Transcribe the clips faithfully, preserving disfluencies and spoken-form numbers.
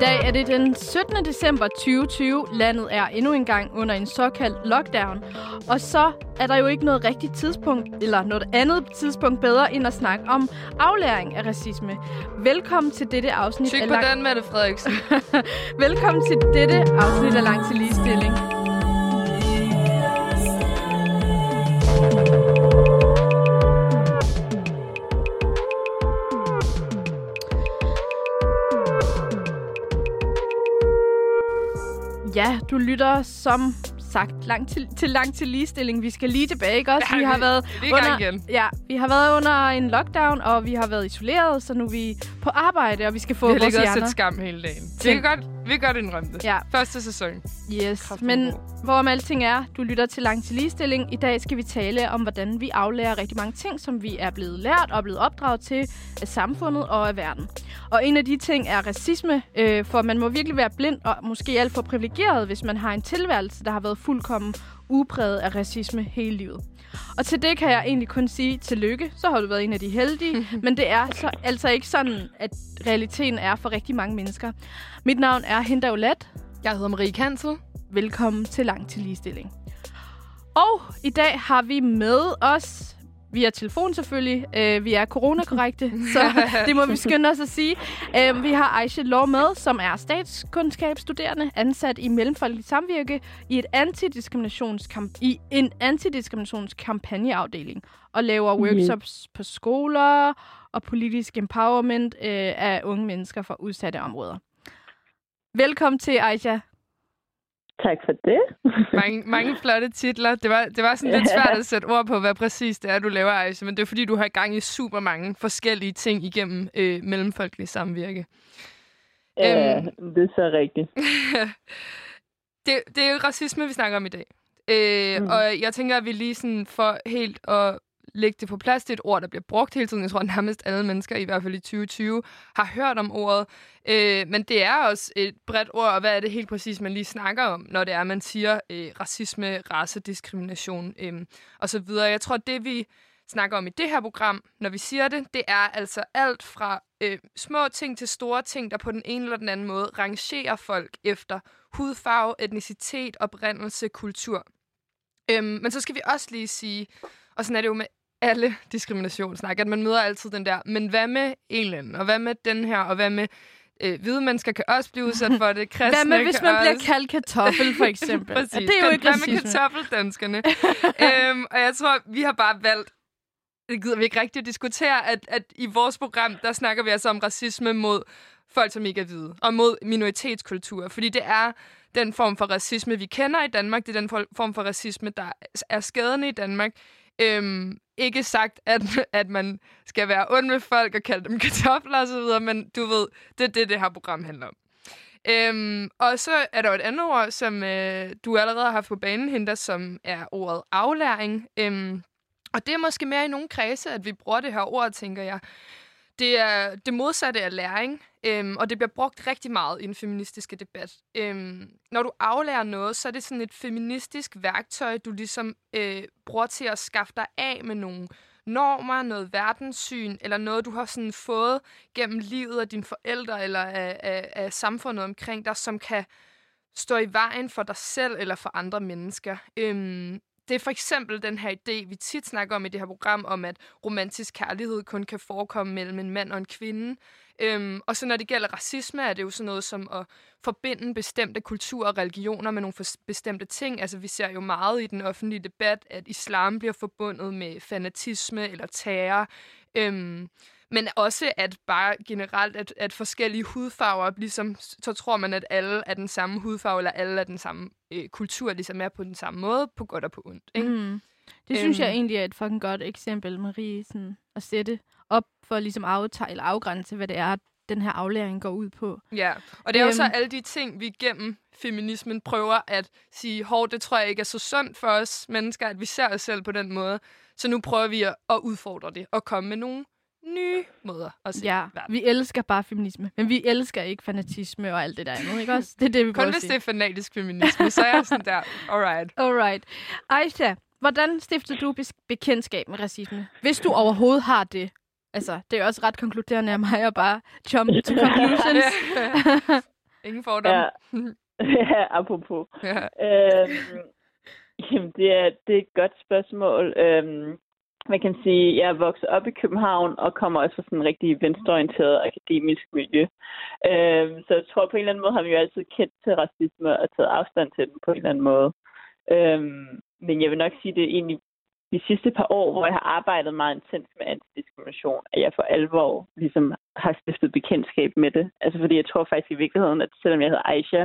dag er det den syttende december tyve tyve. Landet er endnu engang under en såkaldt lockdown. Og så er der jo ikke noget rigtigt tidspunkt, eller noget andet tidspunkt bedre, end at snakke om aflæring af racisme. Velkommen til dette afsnit Tyk af på lang... den, Mette Frederiksen. Velkommen til dette afsnit af Langt til Ligestilling. Ja, du lytter som sagt langt til, til langt til ligestilling. Vi skal lige tilbage, ikke også? Ja, vi har vi, været vi under, igen. Ja, vi har været under en lockdown, og vi har været isoleret, så nu er vi på arbejde, og vi skal få vi har vores ligget hjerner. og set Skam hele dagen. Vi kan godt, vi kan godt indrømme det. Ja. Første sæson. Yes, Kraft men hvorom alting er, du lytter til langt til ligestilling. I dag skal vi tale om, hvordan vi aflærer rigtig mange ting, som vi er blevet lært og blevet opdraget til af samfundet og af verden. Og en af de ting er racisme, øh, for man må virkelig være blind og måske alt for privilegeret, hvis man har en tilværelse, der har været fuldkommen upræget af racisme hele livet. Og til det kan jeg egentlig kun sige tillykke, så har du været en af de heldige, men det er så, altså ikke sådan, at realiteten er for rigtig mange mennesker. Mit navn er Hinda Olat. Jeg hedder Marie Kansel. Velkommen til Langt til Ligestilling. Og i dag har vi med os, via telefon selvfølgelig, øh, vi er coronakorrekte, så det må vi skynde os at sige. Øh, vi har Aisha Law med, som er statskundskabsstuderende, ansat i Mellemfolkeligt Samvirke i, et antidiskriminationskamp- i en antidiskriminationskampagneafdeling, og laver workshops på skoler og politisk empowerment øh, af unge mennesker fra udsatte områder. Velkommen til, Aisha. Tak for det. mange, mange flotte titler. Det var, det var sådan lidt svært at sætte ord på, hvad præcis det er, du laver, Aisha, men det er fordi, du har gang i super mange forskellige ting igennem øh, Mellemfolkeligt Samvirke. Ja, øhm, det er så rigtigt. det, det er jo racisme, vi snakker om i dag. Øh, mm. Og jeg tænker, at vi lige sådan for helt at lægge det på plads. Det er et ord, der bliver brugt hele tiden. Jeg tror, nærmest alle mennesker, i hvert fald i tyve tyve, har hørt om ordet. Øh, men det er også et bredt ord, og hvad er det helt præcis, man lige snakker om, når det er, man siger øh, racisme, race, diskrimination øh, osv. Jeg tror, det vi snakker om i det her program, når vi siger det, det er altså alt fra øh, små ting til store ting, der på den ene eller den anden måde rangerer folk efter hudfarve, etnicitet, oprindelse, kultur. Øh, men så skal vi også lige sige, og sådan er det jo med alle diskriminationssnak, at man møder altid den der, men hvad med elen, og hvad med den her, og hvad med øh, hvide mennesker kan også blive udsat for det, kristne hvad med, hvis man også... bliver kaldt kartoffel, for eksempel? Præcis. Ja, det er jo ikke hvad racisme. med kartoffeldanskerne? øhm, og jeg tror, vi har bare valgt, det gider vi ikke rigtig at diskutere, at, at i vores program, der snakker vi altså om racisme mod folk, som ikke er hvide, og mod minoritetskultur, fordi det er den form for racisme, vi kender i Danmark, det er den form for racisme, der er skadende i Danmark. Øhm, ikke sagt, at, at man skal være ond med folk og kalde dem kartofler og så videre, men du ved, det er det, det her program handler om. Øhm, og så er der jo et andet ord, som øh, du allerede har haft på banen, Hinda, som er ordet aflæring. Øhm, og det er måske mere i nogle kredse, at vi bruger det her ord, tænker jeg. Det er det modsatte af læring, øhm, og det bliver brugt rigtig meget i den feministiske debat. Øhm, når du aflærer noget, så er det sådan et feministisk værktøj, du ligesom øh, bruger til at skaffe dig af med nogle normer, noget verdenssyn, eller noget, du har sådan fået gennem livet af dine forældre, eller af, af, af samfundet omkring dig, som kan stå i vejen for dig selv eller for andre mennesker. Øhm, Det er for eksempel den her idé, vi tit snakker om i det her program, om at romantisk kærlighed kun kan forekomme mellem en mand og en kvinde. Øhm, og så når det gælder racisme, er det jo sådan noget som at forbinde bestemte kulturer og religioner med nogle bestemte ting. Altså vi ser jo meget i den offentlige debat, at islam bliver forbundet med fanatisme eller terror. Øhm, men også at bare generelt, at, at forskellige hudfarver, ligesom, så tror man, at alle er den samme hudfarve, eller alle er den samme øh, kultur, ligesom er på den samme måde, på godt og på ondt. Ikke? Mm. Det synes øhm. jeg egentlig er et fucking godt eksempel, Marie, sådan, at sætte op for ligesom at eller afgrænse, hvad det er, den her aflæring går ud på. Ja, og det er øhm. jo så alle de ting, vi gennem feminismen prøver at sige, hov, det tror jeg ikke er så sundt for os mennesker, at vi ser os selv på den måde. Så nu prøver vi at, at udfordre det, og komme med nogle nye måder at se ja, verden. Vi elsker bare feminisme, men vi elsker ikke fanatisme og alt det der andet, ikke også? Det er det, vi kun hvis det er fanatisk feminisme, så er jeg sådan der, alright. Alright. Aisha, hvordan stifter du bekendtskab med racisme? Hvis du overhovedet har det. Altså, det er også ret konkluderende af mig at bare jump to conclusions. Ingen fordomme. Ja, ja apropos. Ja. Øhm, jamen, det er, det er et godt spørgsmål. Øhm, man kan sige, at jeg er vokset op i København og kommer også fra sådan en rigtig venstreorienteret akademisk miljø. Øhm, så jeg tror på en eller anden måde har vi jo altid kendt til racisme og taget afstand til den på en eller anden måde. Øhm, men jeg vil nok sige, at det er egentlig de sidste par år, hvor jeg har arbejdet meget intens med antidiskrimination, at jeg for alvor ligesom har stiftet bekendtskab med det. Altså fordi jeg tror faktisk i virkeligheden, at selvom jeg hedder Aisha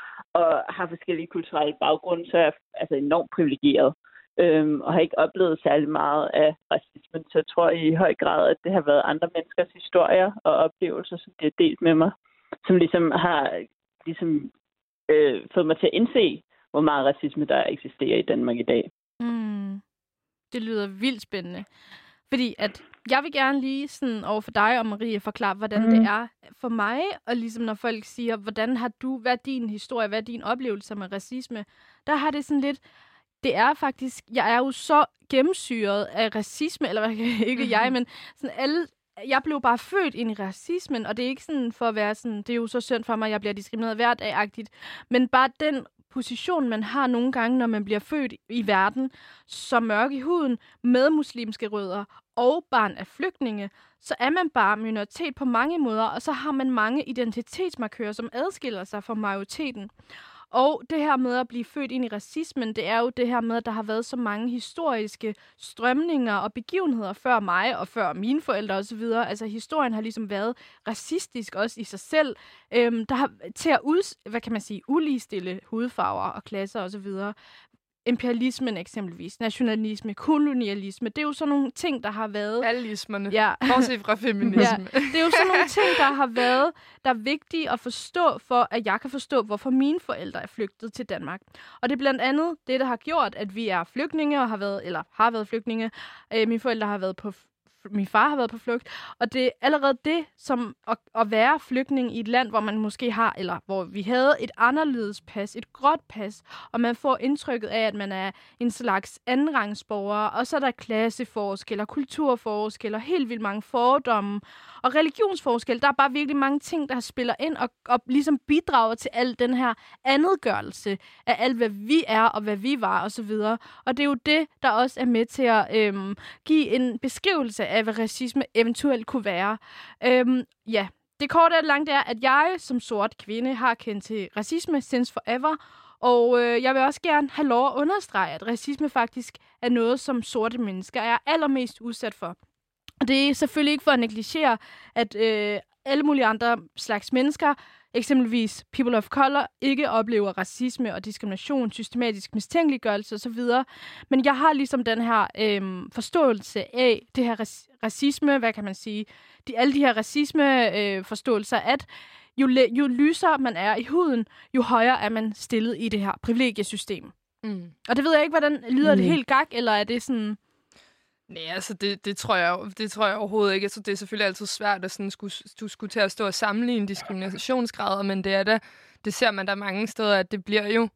og har forskellige kulturelle baggrunde, så er jeg altså enormt privilegeret. Øhm, og har ikke oplevet særlig meget af racismen. Så jeg tror i høj grad, at det har været andre menneskers historier og oplevelser, som de har delt med mig, som ligesom har ligesom, øh, fået mig til at indse, hvor meget racisme der eksisterer i Danmark i dag. Mm. Det lyder vildt spændende. Fordi at jeg vil gerne lige sådan over for dig og Marie forklare, hvordan mm. det er for mig, og ligesom når folk siger, hvordan har du, hvad er din historie, hvad er din oplevelse med racisme, der har det sådan lidt, det er faktisk, jeg er jo så gennemsyret af racisme, eller ikke mm-hmm. jeg, men sådan alle, jeg blev bare født ind i racismen, og det er ikke sådan for at være sådan, det er jo så synd for mig, at jeg bliver diskrimineret hver dag-agtigt, men bare den position, man har nogle gange, når man bliver født i verden, som mørk i huden, med muslimske rødder og barn af flygtninge, så er man bare minoritet på mange måder, og så har man mange identitetsmarkører, som adskiller sig fra majoriteten. Og det her med at blive født ind i racismen, det er jo det her med, at der har været så mange historiske strømninger og begivenheder før mig og før mine forældre osv. Altså historien har ligesom været racistisk også i sig selv. Øhm, der har til at ud, hvad kan man sige, uligestille hudfarver og klasser osv. Imperialismen eksempelvis, nationalisme, kolonialisme, det er jo sådan nogle ting, der har været... Allismerne, ja. bortset fra feminisme. Ja. Det er jo sådan nogle ting, der har været, der er vigtige at forstå, for at jeg kan forstå, hvorfor mine forældre er flygtet til Danmark. Og det er blandt andet det, der har gjort, at vi er flygtninge, og har været, eller har været flygtninge. Øh, mine forældre har været på min far har været på flugt, og det er allerede det, som at, at være flygtning i et land, hvor man måske har, eller hvor vi havde et anderledes pas, et gråt pas, og man får indtrykket af, at man er en slags andenrangsborger, og så er der klasseforskel, og kulturforskel, og helt vildt mange fordomme, og religionsforskel. Der er bare virkelig mange ting, der spiller ind, og, og ligesom bidrager til al den her andetgørelse af alt, hvad vi er, og hvad vi var, og så videre. Og det er jo det, der også er med til at øhm, give en beskrivelse af, hvad racisme eventuelt kunne være. Øhm, ja, det korte og langt er, at jeg som sort kvinde har kendt til racisme since forever, og øh, jeg vil også gerne have lov at understrege, at racisme faktisk er noget, som sorte mennesker er allermest udsat for. Og det er selvfølgelig ikke for at negligere, at øh, alle mulige andre slags mennesker, eksempelvis people of color, ikke oplever racisme og diskrimination, systematisk mistænkeliggørelse osv. Men jeg har ligesom den her øhm, forståelse af det her ras- racisme, hvad kan man sige, de, alle de her racisme-forståelser, øh, at jo, le- jo lysere man er i huden, jo højere er man stillet i det her privilegiesystem. Mm. Og det ved jeg ikke, hvordan lyder mm. det helt gak, eller er det sådan... Nej, altså det, det, tror jeg, det tror jeg overhovedet ikke. Altså, det er selvfølgelig altid svært at sådan skulle, du skulle til at stå og sammenligne diskriminationsgrader, men det er da, det ser man der mange steder, at det bliver jo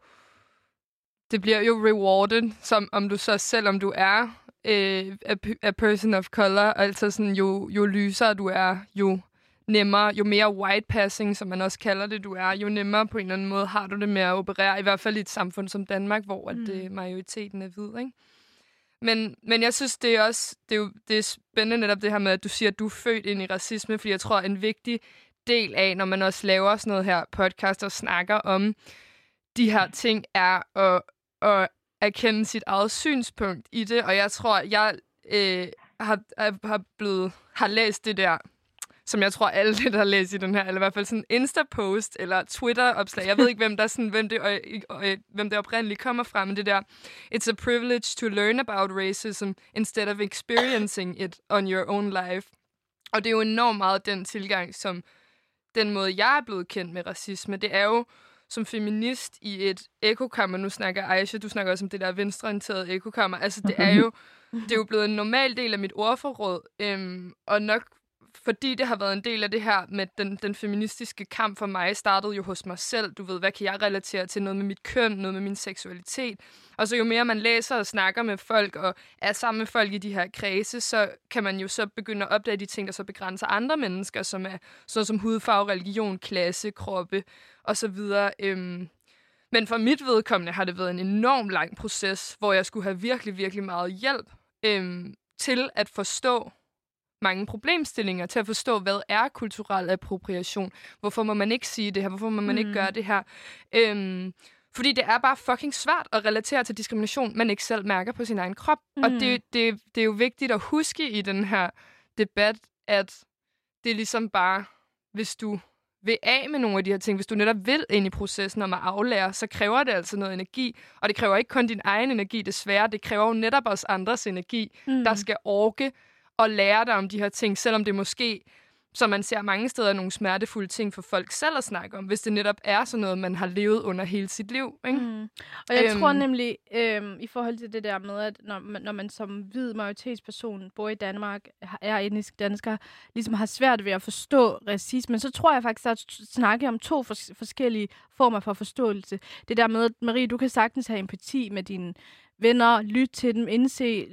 det bliver jo rewarded, som om du så selv om du er øh, a, a person of color, altså sådan jo, jo lysere du er, jo nemmere, jo mere white passing, som man også kalder det, du er, jo nemmere på en eller anden måde har du det med at operere, i hvert fald i et samfund som Danmark, hvor mm. at, øh, majoriteten er hvid, ikke? Men, men jeg synes, det er også det er, jo, det er spændende netop det her med, at du siger, at du er født ind i racisme, fordi jeg tror, at en vigtig del af, når man også laver sådan noget her podcast og snakker om de her ting, er at, at erkende sit eget synspunkt i det. Og jeg tror, jeg øh, har, har, blevet, har læst det der, som jeg tror, alle det, der har læst i den her, eller i hvert fald sådan en Insta-post eller Twitter-opslag. Jeg ved ikke, hvem, der sådan, hvem, det, og, og, hvem det oprindeligt kommer fra, men det der, it's a privilege to learn about racism instead of experiencing it on your own life. Og det er jo enormt meget den tilgang, som den måde, jeg er blevet kendt med racisme. Det er jo som feminist i et ekokammer. Nu snakker Aisha, du snakker også om det der venstreorienterede ekokammer. Altså, det er jo, det er jo blevet en normal del af mit ordforråd, øhm, og nok fordi det har været en del af det her med den, den feministiske kamp for mig, startede jo hos mig selv. Du ved, hvad kan jeg relatere til? Noget med mit køn, noget med min seksualitet. Og så jo mere man læser og snakker med folk, og er sammen med folk i de her kredse, så kan man jo så begynde at opdage de ting, der så begrænser andre mennesker, som er sådan som hudfarve, religion, klasse, kroppe osv. Øhm, men for mit vedkommende har det været en enorm lang proces, hvor jeg skulle have virkelig, virkelig meget hjælp øhm, til at forstå mange problemstillinger, til at forstå, hvad er kulturel appropriation? Hvorfor må man ikke sige det her? Hvorfor må man mm. ikke gøre det her? Øhm, fordi det er bare fucking svært at relatere til diskrimination, man ikke selv mærker på sin egen krop. Mm. Og det, det, det er jo vigtigt at huske i den her debat, at det er ligesom bare, hvis du vil af med nogle af de her ting, hvis du netop vil ind i processen om at aflære, så kræver det altså noget energi. Og det kræver ikke kun din egen energi, desværre. Det kræver jo netop også andres energi, mm. der skal orke og lære dig om de her ting, selvom det måske, som man ser mange steder, er nogle smertefulde ting for folk selv at snakke om, hvis det netop er sådan noget, man har levet under hele sit liv. Ikke? Mm. Og jeg øhm. tror nemlig, øhm, i forhold til det der med, at når man, når man som hvid majoritetsperson bor i Danmark, er etnisk dansker, ligesom har svært ved at forstå racisme, så tror jeg faktisk, at snakke om to fors- forskellige former for forståelse. Det der med, at Marie, du kan sagtens have empati med dine venner, lytte til dem, indse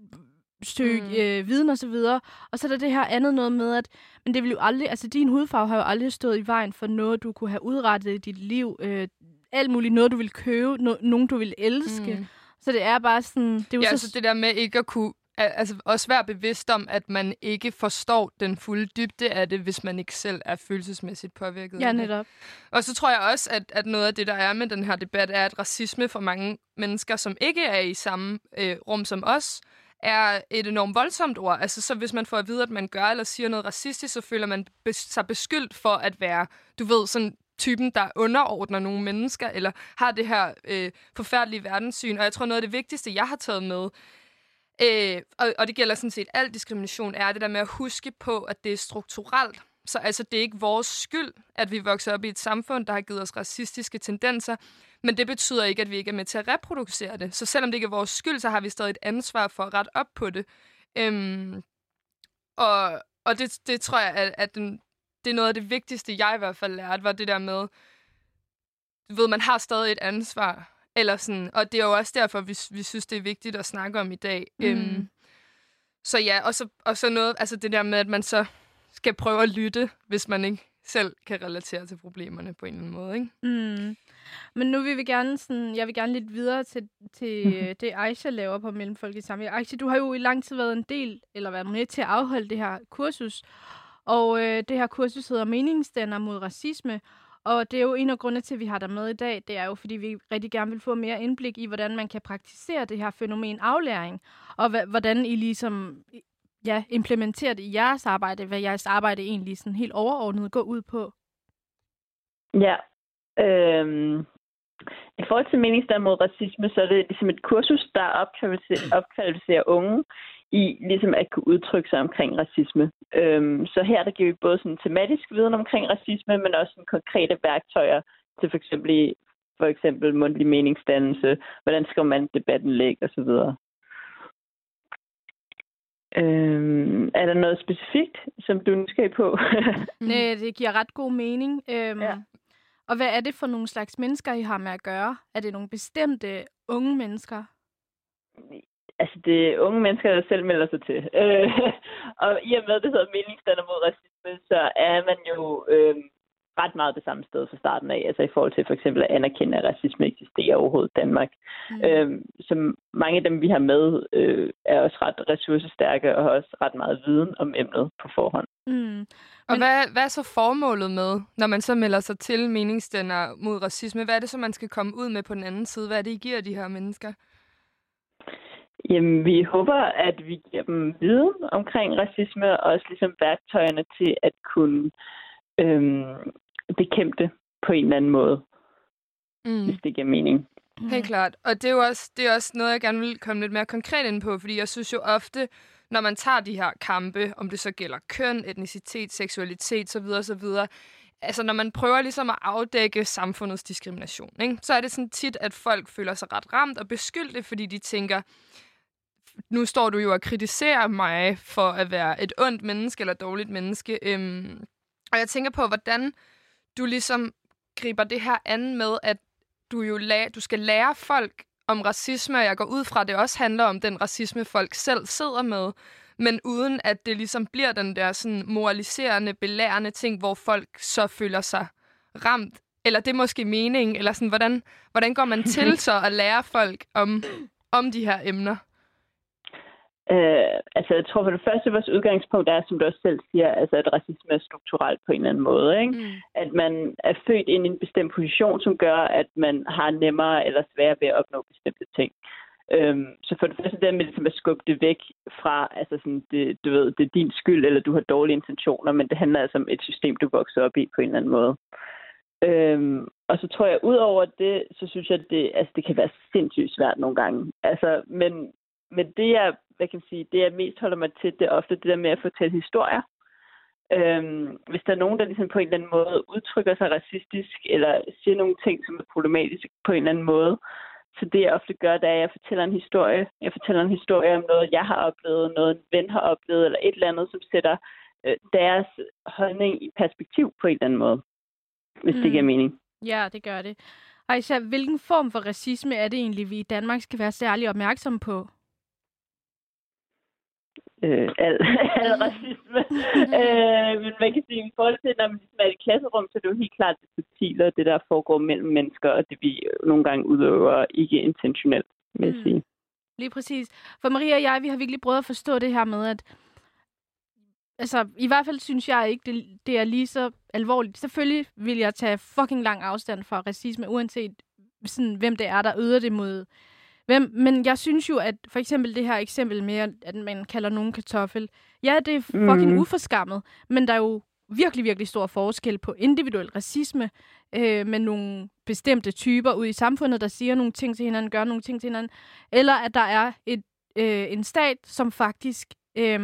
søge mm. øh, viden og så videre. Og så er der det her andet noget med, at men det vil jo aldrig, altså din hudfarve har jo aldrig stået i vejen for noget, du kunne have udrettet i dit liv. Øh, alt muligt, noget du vil købe, no- nogen du vil elske. Mm. Så det er bare sådan... Det er jo ja, så... altså det der med ikke at kunne... Altså også være bevidst om, at man ikke forstår den fulde dybde af det, hvis man ikke selv er følelsesmæssigt påvirket. Ja, netop. Og så tror jeg også, at, at noget af det, der er med den her debat, er, at racisme for mange mennesker, som ikke er i samme øh, rum som os, er et enormt voldsomt ord. Altså, så hvis man får at vide, at man gør eller siger noget racistisk, så føler man be- sig beskyldt for at være, du ved, sådan typen, der underordner nogle mennesker, eller har det her øh, forfærdelige verdenssyn. Og jeg tror, noget af det vigtigste, jeg har taget med, øh, og, og det gælder sådan set al diskrimination, er det der med at huske på, at det er strukturelt. Så altså, det er ikke vores skyld, at vi vokser op i et samfund, der har givet os racistiske tendenser, men det betyder ikke, at vi ikke er med til at reproducere det. Så selvom det ikke er vores skyld, så har vi stadig et ansvar for at rette op på det. Øhm, og og det, det tror jeg, at, at den, det er noget af det vigtigste, jeg i hvert fald lærte, var det der med, du ved, man har stadig et ansvar. Eller sådan, og det er jo også derfor, vi, vi synes, det er vigtigt at snakke om i dag. Mm. Øhm, så ja, og så, og så noget, altså det der med, at man så skal prøve at lytte, hvis man ikke selv kan relatere til problemerne på en eller anden måde, ikke? Mm. Men nu vil vi gerne sådan, jeg vil gerne lidt videre til, til mm-hmm. det, Aisha laver på Mellemfolkeligt Samvirke. Aisha, du har jo i lang tid været en del, eller været med til at afholde det her kursus, og øh, det her kursus hedder Meningsdanner mod racisme, og det er jo en af grundene til, at vi har dig med i dag, det er jo, fordi vi rigtig gerne vil få mere indblik i, hvordan man kan praktisere det her fænomen aflæring, og h- hvordan I ligesom ja, implementerer det i jeres arbejde, hvad jeres arbejde egentlig sådan helt overordnet går ud på. Ja, øhm, i forhold til meningsdanner mod racisme, så er det ligesom et kursus, der opkvalificerer, opkvalificerer unge i ligesom at kunne udtrykke sig omkring racisme. Øhm, så her der giver vi både sådan tematisk viden omkring racisme, men også sådan konkrete værktøjer til for eksempel, for eksempel mundtlig meningsdannelse, hvordan skal man debattenlæg og så videre. Øhm, er der noget specifikt, som du er nysgerrig på? Nej, det giver ret god mening. Øhm, ja. Og hvad er det for nogle slags mennesker, I har med at gøre? Er det nogle bestemte unge mennesker? Altså, det er unge mennesker, der selv melder sig til. Øh, og i og med, det hedder meningsdanner mod racisme, så er man jo øh, ret meget det samme sted fra starten af. Altså i forhold til for eksempel at anerkende, at racisme eksisterer overhovedet i Danmark. Mm. Øh, så mange af dem, vi har med, øh, er også ret ressourcestærke og har også ret meget viden om emnet på forhånd. Mm. Og Men... hvad, hvad er så formålet med, når man så melder sig til meningsdanner mod racisme? Hvad er det så, man skal komme ud med på den anden side? Hvad er det, I giver de her mennesker? Jamen, vi håber, at vi giver dem viden omkring racisme, og også ligesom værktøjerne til at kunne øhm, bekæmpe det på en eller anden måde, mm. hvis det giver mening. Helt klart. Og det er jo også, det er også noget, jeg gerne vil komme lidt mere konkret ind på, fordi jeg synes jo ofte, når man tager de her kampe, om det så gælder køn, etnicitet, seksualitet, så videre, så videre, altså når man prøver ligesom at afdække samfundets diskrimination, ikke? Så er det sådan tit, at folk føler sig ret ramt og beskyldte, fordi de tænker, nu står du jo og kritiserer mig for at være et ondt menneske eller et dårligt menneske. Øhm, og jeg tænker på, hvordan du ligesom griber det her an med, at du jo læ- du skal lære folk om racisme, og jeg går ud fra, at det også handler om den racisme, folk selv sidder med, men uden at det ligesom bliver den der sådan moraliserende, belærende ting, hvor folk så føler sig ramt. Eller det er måske mening, eller sådan, hvordan, hvordan går man til så at lære folk om, om de her emner? Øh, altså, jeg tror for det første, vores udgangspunkt er, som du også selv siger, altså, at racisme er strukturelt på en eller anden måde. Ikke? Mm. At man er født ind i en bestemt position, som gør, at man har nemmere eller sværere ved at opnå bestemte ting. Øhm, så for det første, det er med ligesom at skubbe det væk fra, altså sådan, det, du ved, det er din skyld, eller du har dårlige intentioner, men det handler altså om et system, du vokser op i på en eller anden måde. Øhm, og så tror jeg, ud over det, så synes jeg, at det, altså, det kan være sindssygt svært nogle gange. Altså, men, men det, jeg, hvad kan jeg sige, det, jeg mest holder mig til, det er ofte det der med at fortælle historier. Øhm, hvis der er nogen, der ligesom på en eller anden måde udtrykker sig racistisk, eller siger nogle ting, som er problematiske på en eller anden måde, så det, jeg ofte gør, det er, at jeg fortæller en historie. Jeg fortæller en historie om noget, jeg har oplevet, noget en ven har oplevet, eller et eller andet, som sætter øh, deres holdning i perspektiv på en eller anden måde. Hvis mm. det giver mening. Ja, det gør det. Aisha, hvilken form for racisme er det egentlig, vi i Danmark skal være særlig opmærksomme på? Øh, al, al racisme. øh, men man kan sige, i forhold til, når man ligesom er i et klasserum, så er det jo helt klart det subtile, og det der foregår mellem mennesker, og det vi nogle gange udøver ikke intentionelt, vil jeg mm. sige. Lige præcis. For Maria og jeg, vi har virkelig prøvet at forstå det her med, at altså, i hvert fald synes jeg ikke, det, det er lige så alvorligt. Selvfølgelig vil jeg tage fucking lang afstand fra racisme, uanset sådan, hvem det er, der yder det mod hvem. Men jeg synes jo, at for eksempel det her eksempel med, at man kalder nogen kartoffel, ja, det er fucking mm. uforskammet, men der er jo virkelig, virkelig stor forskel på individuel racisme øh, med nogle bestemte typer ude i samfundet, der siger nogle ting til hinanden, gør nogle ting til hinanden, eller at der er et, øh, en stat, som faktisk øh,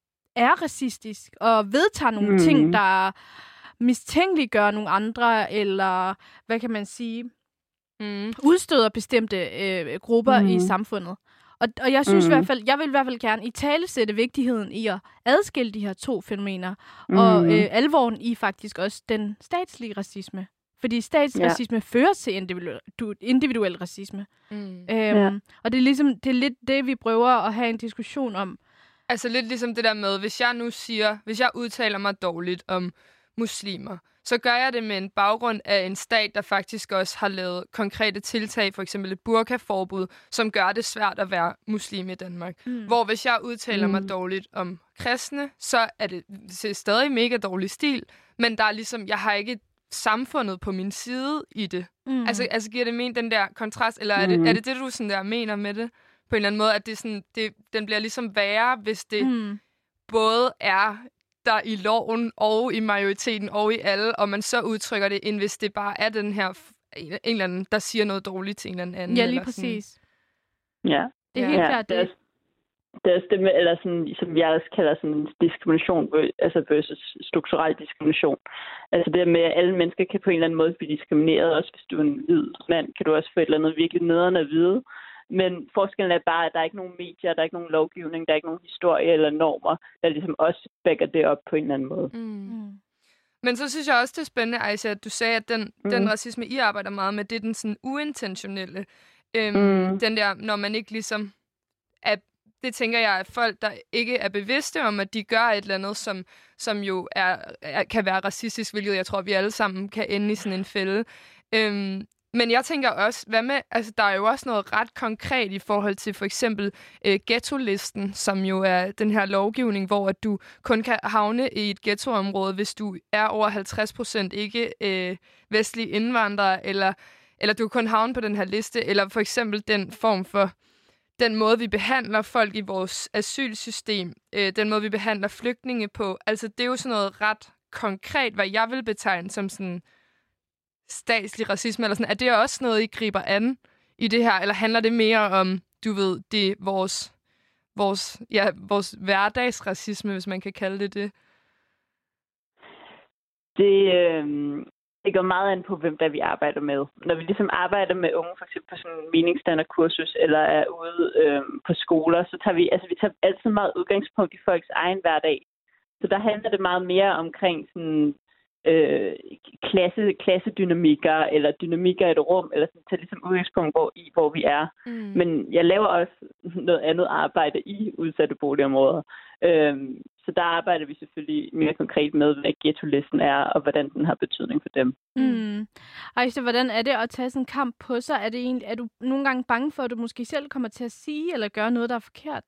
er racistisk og vedtager nogle mm. ting, der mistænkeliggør nogle andre, eller hvad kan man sige, mm. udstøder bestemte øh, grupper mm. i samfundet. Og, og jeg synes mm. i hvert fald, jeg vil i hvert fald gerne i tale sætte vigtigheden i at adskille de her to fænomener, mm. og øh, alvoren i faktisk også den statslige racisme. Fordi statsracisme ja. fører til individuel, individuel racisme. Mm. Øhm, ja. Og det er ligesom, det er lidt det, vi prøver at have en diskussion om. Altså lidt ligesom det der med, hvis jeg nu siger, hvis jeg udtaler mig dårligt om muslimer, så gør jeg det med en baggrund af en stat, der faktisk også har lavet konkrete tiltag, for eksempel et burkaforbud, som gør det svært at være muslim i Danmark. Mm. Hvor hvis jeg udtaler mm. mig dårligt om kristne, så er det, det er stadig mega dårlig stil, men der er ligesom, jeg har ikke samfundet på min side i det. Mm. Altså, altså giver det men den der kontrast, eller er, mm. det, er det det, du sådan der mener med det? På en eller anden måde, at det sådan, det, den bliver ligesom værre, hvis det mm. både er der i loven og i majoriteten og i alle, og man så udtrykker det, end hvis det bare er den her en eller anden, der siger noget dårligt til en eller anden. Ja, lige præcis. Ja. Det er helt ja. klart det. Det er, det er også det med, eller sådan, som jeg også kalder sådan diskrimination, altså versus strukturel diskrimination. Altså det med, at alle mennesker kan på en eller anden måde blive diskrimineret, også hvis du er en hvid mand, kan du også få et eller andet virkelig nederen at vide. Men forskellen er bare, at der er ikke nogen medier, der er ikke nogen lovgivning, der er ikke nogen historie eller normer, der ligesom også backer det op på en eller anden måde. Mm. Mm. Men så synes jeg også, det er spændende, Aisha, at du sagde, at den, mm. den racisme, I arbejder meget med, det er den sådan uintentionelle. Øhm, mm. Den der, når man ikke ligesom er, det tænker jeg, at folk, der ikke er bevidste om, at de gør et eller andet, som, som jo er, er, kan være racistisk, hvilket jeg tror, vi alle sammen kan ende i sådan en fælde. Øhm, Men jeg tænker også, hvad med, altså der er jo også noget ret konkret i forhold til for eksempel øh, ghetto-listen, som jo er den her lovgivning, hvor at du kun kan havne i et ghettoområde, hvis du er over halvtreds procent ikke øh, vestlige indvandrere, eller, eller du kun havne på den her liste, eller for eksempel den form for, den måde vi behandler folk i vores asylsystem, øh, den måde vi behandler flygtninge på. Altså det er jo sådan noget ret konkret, hvad jeg vil betegne som sådan statslig racisme, eller sådan. Er det også noget, I griber an i det her, eller handler det mere om, du ved, det vores, vores, ja, vores hverdagsracisme, hvis man kan kalde det det? Det, øh, det går meget an på, hvem der vi arbejder med. Når vi ligesom arbejder med unge, for eksempel på sådan en meningsdannerkursus, eller er ude øh, på skoler, så tager vi, altså, vi tager altid meget udgangspunkt i folks egen hverdag. Så der handler det meget mere omkring sådan, øh, klasse, klassedynamikker, eller dynamikker i et rum, eller sådan, tager ligesom udgangspunkt hvor, i, hvor vi er. Mm. Men jeg laver også noget andet arbejde i udsatte boligområder. Øh, Så der arbejder vi selvfølgelig mere konkret med, hvad ghettolisten er, og hvordan den har betydning for dem. Mm. Aisha, hvordan er det at tage sådan en kamp på sig? Er, det egentlig, er du nogle gange bange for, at du måske selv kommer til at sige, eller gøre noget, der er forkert?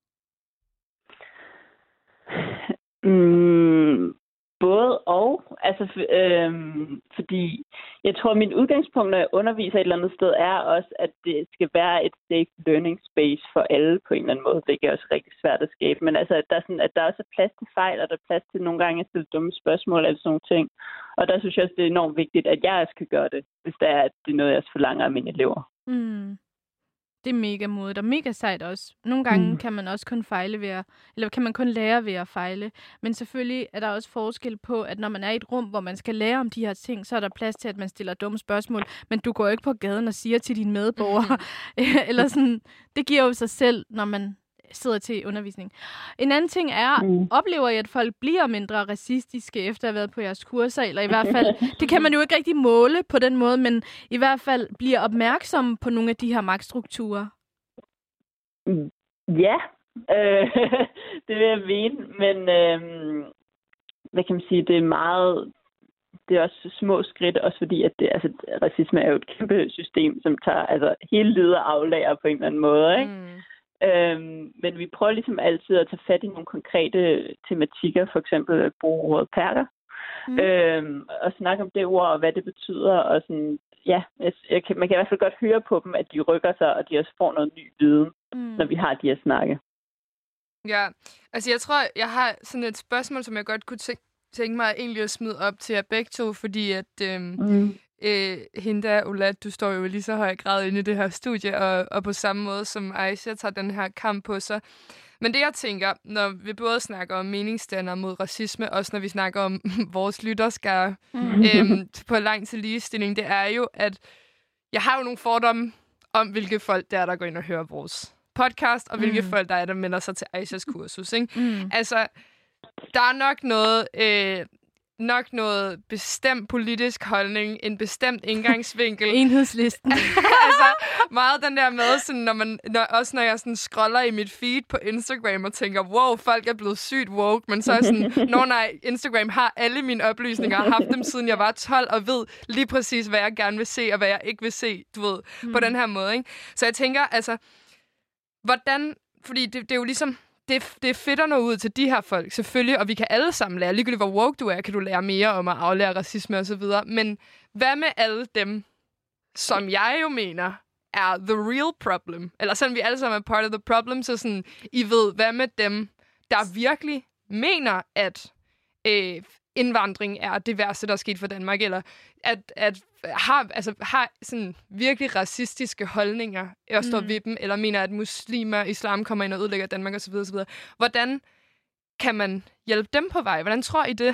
Mm, både og. Altså, øhm, fordi jeg tror, at min udgangspunkt, når jeg underviser et eller andet sted, er også, at det skal være et safe learning space for alle på en eller anden måde. Det er også rigtig svært at skabe. Men altså, at der, er sådan, at der også er plads til fejl, og der er plads til nogle gange at stille dumme spørgsmål eller sådan nogle ting. Og der synes jeg også, det er enormt vigtigt, at jeg også kan gøre det, hvis det er, at det er noget, jeg også forlanger af mine elever. Mm. Det er mega modigt og mega sejt også. Nogle gange mm. kan man også kun fejle ved at, eller kan man kun lære ved at fejle. Men selvfølgelig er der også forskel på, at når man er i et rum, hvor man skal lære om de her ting, så er der plads til, at man stiller dumme spørgsmål. Men du går ikke på gaden og siger til dine medborgere. eller sådan, det giver jo sig selv, når man sidder til undervisning. En anden ting er, mm. oplever I, at folk bliver mindre racistiske efter at have været på jeres kurser? Eller i hvert fald, det kan man jo ikke rigtig måle på den måde, men i hvert fald bliver opmærksomme på nogle af de her magtstrukturer. Ja, øh, det vil jeg mene, men øh, hvad kan man sige, det er meget, det er også små skridt, også fordi, at det, altså, racisme er jo et kæmpe system, som tager altså, hele livet og aflager på en eller anden måde, ikke? Mm. Øhm, men vi prøver ligesom altid at tage fat i nogle konkrete tematikker, for eksempel at bruge ordet perker, mm. øhm, og snakke om det ord og hvad det betyder, og sådan, ja, jeg, jeg kan, man kan i hvert fald godt høre på dem, at de rykker sig, og de også får noget ny viden, mm. når vi har de her snakke. Ja, altså jeg tror, jeg har sådan et spørgsmål, som jeg godt kunne tænke, tænke mig egentlig at smide op til jer begge to, fordi at øhm, mm. Øh, Hinda, Ola, du står jo lige så høj grad inde i det her studie, og, og på samme måde som Aisha tager den her kamp på sig. Men det, jeg tænker, når vi både snakker om meningsdannere mod racisme, også når vi snakker om vores lytterskare mm. øhm, på lang til ligestilling, det er jo, at jeg har jo nogle fordomme om, hvilke folk der er, der går ind og hører vores podcast, og hvilke mm. folk der er, der melder sig til Aishas kursus. Ikke? Mm. Altså, der er nok noget... Øh, nok noget bestemt politisk holdning, en bestemt indgangsvinkel. Enhedslisten. altså, meget den der med, sådan, når man, når, også når jeg sådan scroller i mit feed på Instagram og tænker, wow, folk er blevet sygt woke, men så er sådan, når nej, Instagram har alle mine oplysninger, har haft dem siden jeg var tolv, og ved lige præcis, hvad jeg gerne vil se, og hvad jeg ikke vil se, du ved, mm. på den her måde, ikke? Så jeg tænker, altså, hvordan, fordi det, det er jo ligesom, Det, det er fedt at nå ud til de her folk, selvfølgelig, og vi kan alle sammen lære. Ligegyldigt hvor woke du er, kan du lære mere om at aflære racisme og så videre. Men hvad med alle dem, som jeg jo mener er the real problem? Eller selvom vi alle sammen er part of the problem, så sådan, I ved, hvad med dem, der virkelig mener, at øh, indvandring er det værste, der er sket for Danmark, eller at, at har, altså, har sådan virkelig racistiske holdninger, og står mm. ved dem, eller mener, at muslimer, islam kommer ind og ødelægger Danmark osv. osv. Hvordan kan man hjælpe dem på vej? Hvordan tror I det?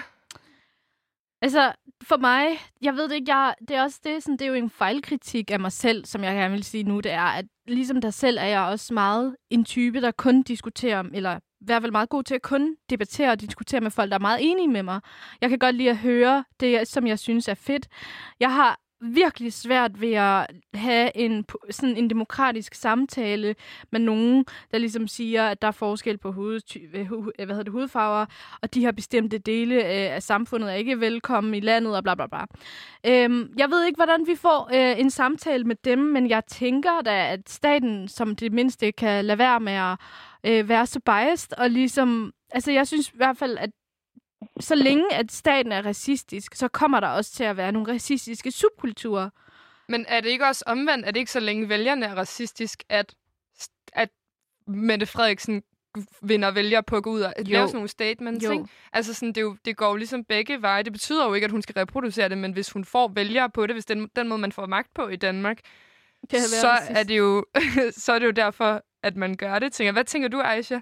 Altså, for mig, jeg ved det ikke, jeg, det er også det, sådan, det er jo en fejlkritik af mig selv, som jeg gerne vil sige nu, det er, at ligesom dig selv er jeg også meget en type, der kun diskuterer, eller i hvert fald meget god til at kun debattere og diskutere med folk, der er meget enige med mig. Jeg kan godt lide at høre det, som jeg synes er fedt. Jeg har virkelig svært ved at have en, sådan en demokratisk samtale med nogen, der ligesom siger, at der er forskel på hoved, hvad hedder det, hudfarver, og de her bestemte dele af samfundet er ikke velkommen i landet, og bla bla bla. Øhm, jeg ved ikke, hvordan vi får øh, en samtale med dem, men jeg tænker da, at staten som det mindste kan lade være med at øh, være så biased, og ligesom, altså jeg synes i hvert fald, at så længe at staten er racistisk, så kommer der også til at være nogle racistiske subkulturer. Men er det ikke også omvendt? Er det ikke så længe vælgerne er racistisk, at, at Mette Frederiksen vinder vælgere på at gå ud og jo. lave sådan nogle statements? Ikke? Altså sådan, det, jo, det går jo ligesom begge veje. Det betyder jo ikke, at hun skal reproducere det, men hvis hun får vælgere på det, hvis den, den måde, man får magt på i Danmark, så er, det jo, så er det jo derfor, at man gør det. Tænker. Hvad tænker du, Aisha?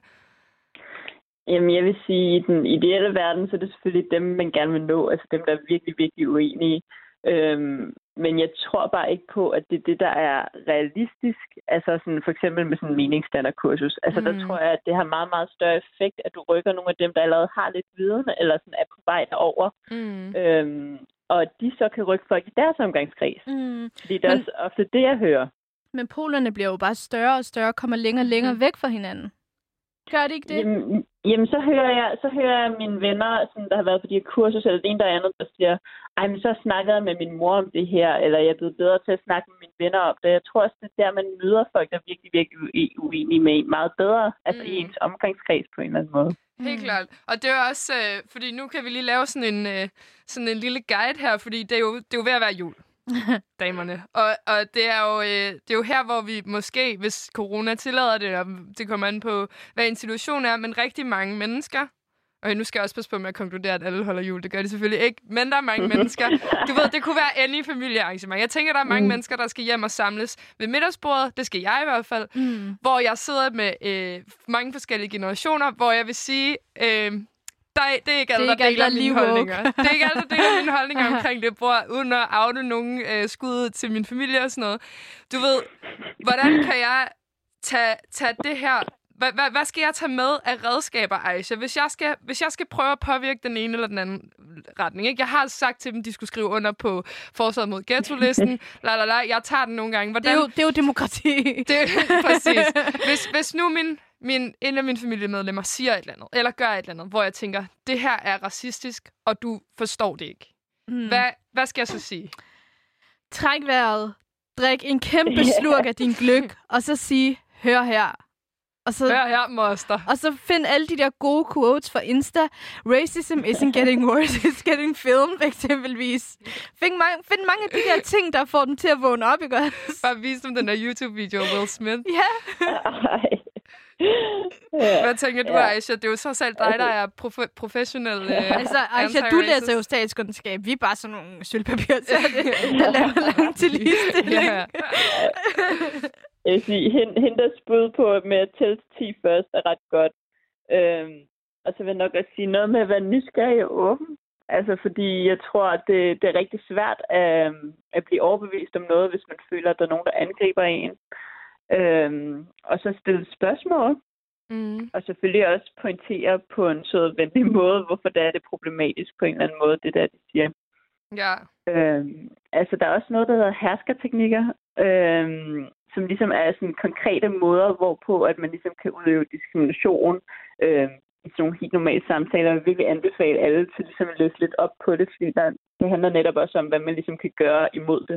Jamen, jeg vil sige, at i den ideelle verden, så er det selvfølgelig dem, man gerne vil nå, altså dem, der er virkelig, virkelig uenige. Øhm, men jeg tror bare ikke på, at det er det, der er realistisk. Altså sådan, for eksempel med sådan en meningsdannerkursus. Altså mm. der tror jeg, at det har meget, meget større effekt, at du rykker nogle af dem, der allerede har lidt viden, eller sådan er på vej derover. Mm. Øhm, og at de så kan rykke folk i deres omgangskreds. Mm. Fordi det er men, også ofte det, jeg hører. Men polerne bliver jo bare større og større, kommer længere og længere mm. væk fra hinanden. Gør det ikke det? Jamen, jamen så hører jeg så hører jeg mine venner, sådan, der har været på de her kurser, eller det ene der andet, der siger, ej, men så snakkede jeg med min mor om det her, eller jeg er blevet bedre til at snakke med mine venner om det. Jeg tror også, det er der, man møder folk, der er virkelig, virkelig uenige med en meget bedre, altså mm. i ens omgangskreds på en eller anden måde. Helt klart. Og det er jo også, øh, fordi nu kan vi lige lave sådan en, øh, sådan en lille guide her, fordi det er jo, det er jo ved at være jul. Damerne. Og, og det, er jo, øh, det er jo her, hvor vi måske, hvis corona tillader det, og det kommer an på, hvad en situation er, men rigtig mange mennesker, og nu skal jeg også passe på med at konkludere, at alle holder jul, det gør det selvfølgelig ikke, men der er mange mennesker. Du ved, det kunne være any familiearrangement. Jeg tænker, der er mange mm. mennesker, der skal hjem og samles ved middagsbordet, det skal jeg i hvert fald, mm. hvor jeg sidder med øh, mange forskellige generationer, hvor jeg vil sige... Øh, Der er, det er ikke alle, der deler mine holdninger. Det er ikke alle, der deler mine holdninger omkring det bord, uden at afde nogen øh, skud til min familie og sådan noget. Du ved, hvordan kan jeg tage, tage det her... Hvad, hvad, hvad skal jeg tage med af redskaber, Aisha? Hvis jeg, skal, hvis jeg skal prøve at påvirke den ene eller den anden retning. Ikke? Jeg har sagt til dem, de skulle skrive under på forsvaret mod ghetto-listen. La, la, la. Jeg tager den nogle gange. Hvordan... Det, er jo, det er jo demokrati. Det, præcis. Hvis, hvis nu min... Min, en af mine familiemedlemmer siger et eller andet, eller gør et eller andet, hvor jeg tænker, det her er racistisk, og du forstår det ikke. Mm. Hvad, hvad skal jeg så sige? Træk vejret, drik en kæmpe slurk af din gløgg, og så sige, hør her. Og så, hør her, moster. Og så find alle de der gode quotes fra Insta. Racism isn't getting worse, it's getting filmed, eksempelvis. Find mange, find mange af de der ting, der får dem til at vågne op, ikke også? Bare vis dem den der YouTube-video af Will Smith. Ja. Ja. Hvad tænker du, ja. Aisha? Det er jo så selv dig, der er prof- professionel øh, altså, Aisha, du læser jo statskundskab. Vi er bare sådan nogle sølvpapirer til det, der laver langt til ligestilling. Ja. Jeg vil sige, hende der spud på med at tælle ti først er ret godt. Øhm, og så vil jeg nok også sige noget med at være nysgerrig og åben. Altså, fordi jeg tror, at det, det er rigtig svært at, at blive overbevist om noget, hvis man føler, at der er nogen, der angriber en. Øhm, og så stille spørgsmål. Mm. Og selvfølgelig også pointere på en sød venlig måde, hvorfor det er det problematisk på en eller anden måde, det der, de siger. Ja. Øhm, altså, der er også noget, der hedder herskerteknikker, øhm, som ligesom er sådan konkrete måder, hvorpå at man ligesom kan udøve diskrimination øhm, i sådan nogle helt normale samtaler. Vi vil anbefale alle til ligesom at løse lidt op på det, fordi der, det handler netop også om, hvad man ligesom kan gøre imod det.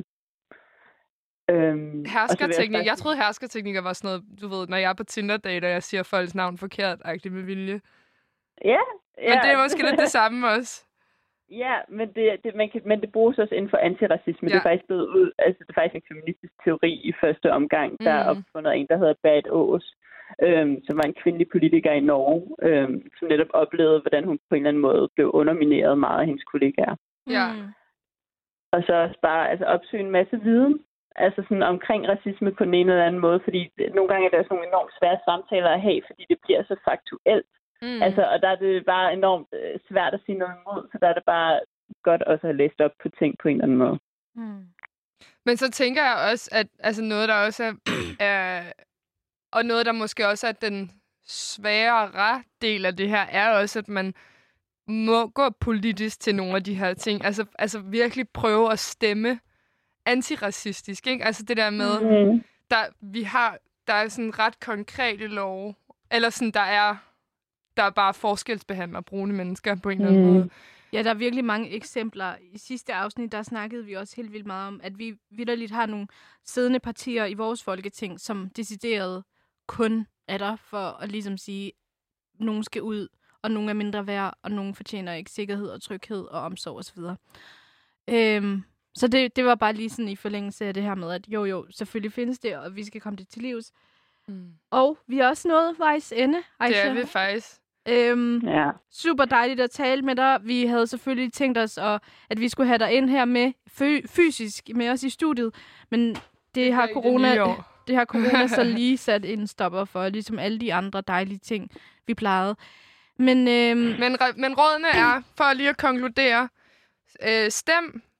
Øhm, herskerteknik. Jeg, jeg troede, herskerteknikker var sådan noget, du ved, når jeg er på Tinder-date, og jeg siger folks navn forkert-agtigt med vilje. Ja. ja. Men det er måske lidt det samme også. Ja, men det, det, man kan, men det bruges også inden for antiracisme. Ja. Det er faktisk blevet ud, altså det er faktisk en feministisk teori i første omgang, der mm. er opfundet en, der hedder Bad Aas, øhm, som var en kvindelig politiker i Norge, øhm, som netop oplevede, hvordan hun på en eller anden måde blev undermineret meget af hendes kollegaer. Ja. Og så også bare altså, opsøge en masse viden, altså sådan omkring racisme på den ene eller anden måde, fordi det, nogle gange er der sådan nogle enormt svære samtaler at have, fordi det bliver så faktuelt. Mm. Altså, og der er det bare enormt øh, svært at sige noget imod, så der er det bare godt også at have læst op på ting på en eller anden måde. Mm. Men så tænker jeg også, at altså noget, der også er, er... Og noget, der måske også er den sværere del af det her, er også, at man må gå politisk til nogle af de her ting. Altså, altså virkelig prøve at stemme antiracistisk, ikke? Altså det der med, mm. der, vi har, der er sådan ret konkrete love, eller sådan, der er der er bare forskelsbehandler brune mennesker på en eller anden mm. måde. Ja, der er virkelig mange eksempler. I sidste afsnit, der snakkede vi også helt vildt meget om, at vi vitterligt har nogle siddende partier i vores folketing, som decideret kun er der for at ligesom sige, at nogen skal ud, og nogen er mindre værd, og nogen fortjener ikke sikkerhed og tryghed og omsorg osv. Øhm, så det, det var bare lige sådan i forlængelse af det her med, at jo jo, selvfølgelig findes det, og vi skal komme det til livs. Mm. Og vi er også nået vejs ende, Aisha. Det er vi faktisk. Øhm, ja. Super dejligt at tale med dig. Vi havde selvfølgelig tænkt os, at, at vi skulle have dig ind her med fy- fysisk med os i studiet, men det, det har corona, det, det har corona så lige sat en stopper for, ligesom alle de andre dejlige ting, vi plejede. Men, øhm, men, men rådene er, for lige at konkludere, øh, stem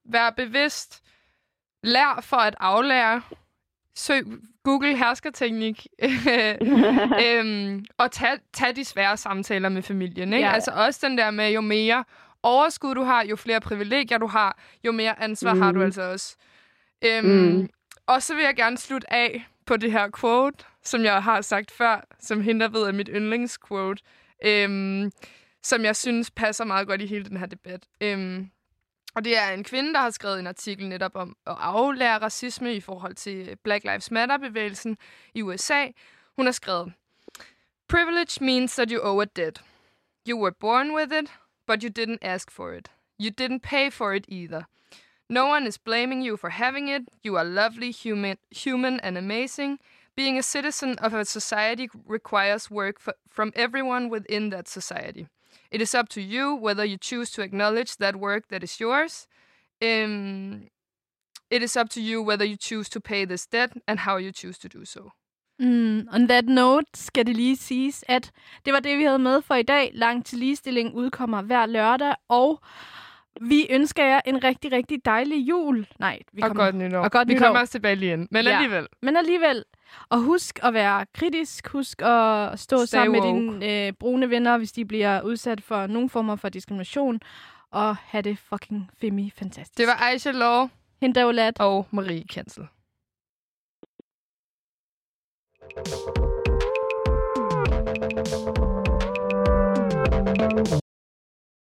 Vær bevidst. Lær for at aflære. Søg Google herskerteknik. øhm, og tag, tag de svære samtaler med familien. Ikke? Ja. Altså også den der med, jo mere overskud du har, jo flere privilegier du har, jo mere ansvar mm. har du altså også. Øhm, mm. Og så vil jeg gerne slutte af på det her quote, som jeg har sagt før, som hende der ved er mit yndlingsquote, øhm, som jeg synes passer meget godt i hele den her debat. Øhm, og det er en kvinde, der har skrevet en artikel netop om at aflære racisme i forhold til Black Lives Matter-bevægelsen i U S A. Hun har skrevet, "Privilege means that you owe a debt. You were born with it, but you didn't ask for it. You didn't pay for it either. No one is blaming you for having it. You are lovely, human, human and amazing. Being a citizen of a society requires work for, from everyone within that society. It is up to you whether you choose to acknowledge that work that is yours. Um, it is up to you whether you choose to pay this debt and how you choose to do so." Mm, on that note skal det lige siges, at det var det, vi havde med for i dag. Langt til ligestilling udkommer hver lørdag, og vi ønsker jer en rigtig, rigtig dejlig jul. Nej, vi og kommer, godt nytår. Og godt vi nytår. kommer også tilbage lige ind, men ja, alligevel. Men alligevel. Og husk at være kritisk. Husk at stå Stay sammen woke. med dine øh, brune venner, hvis de bliver udsat for nogle former for diskrimination. Og have det fucking femi fantastisk. Det var Aisha Law. Hinda Olat. Og Marie Kansel.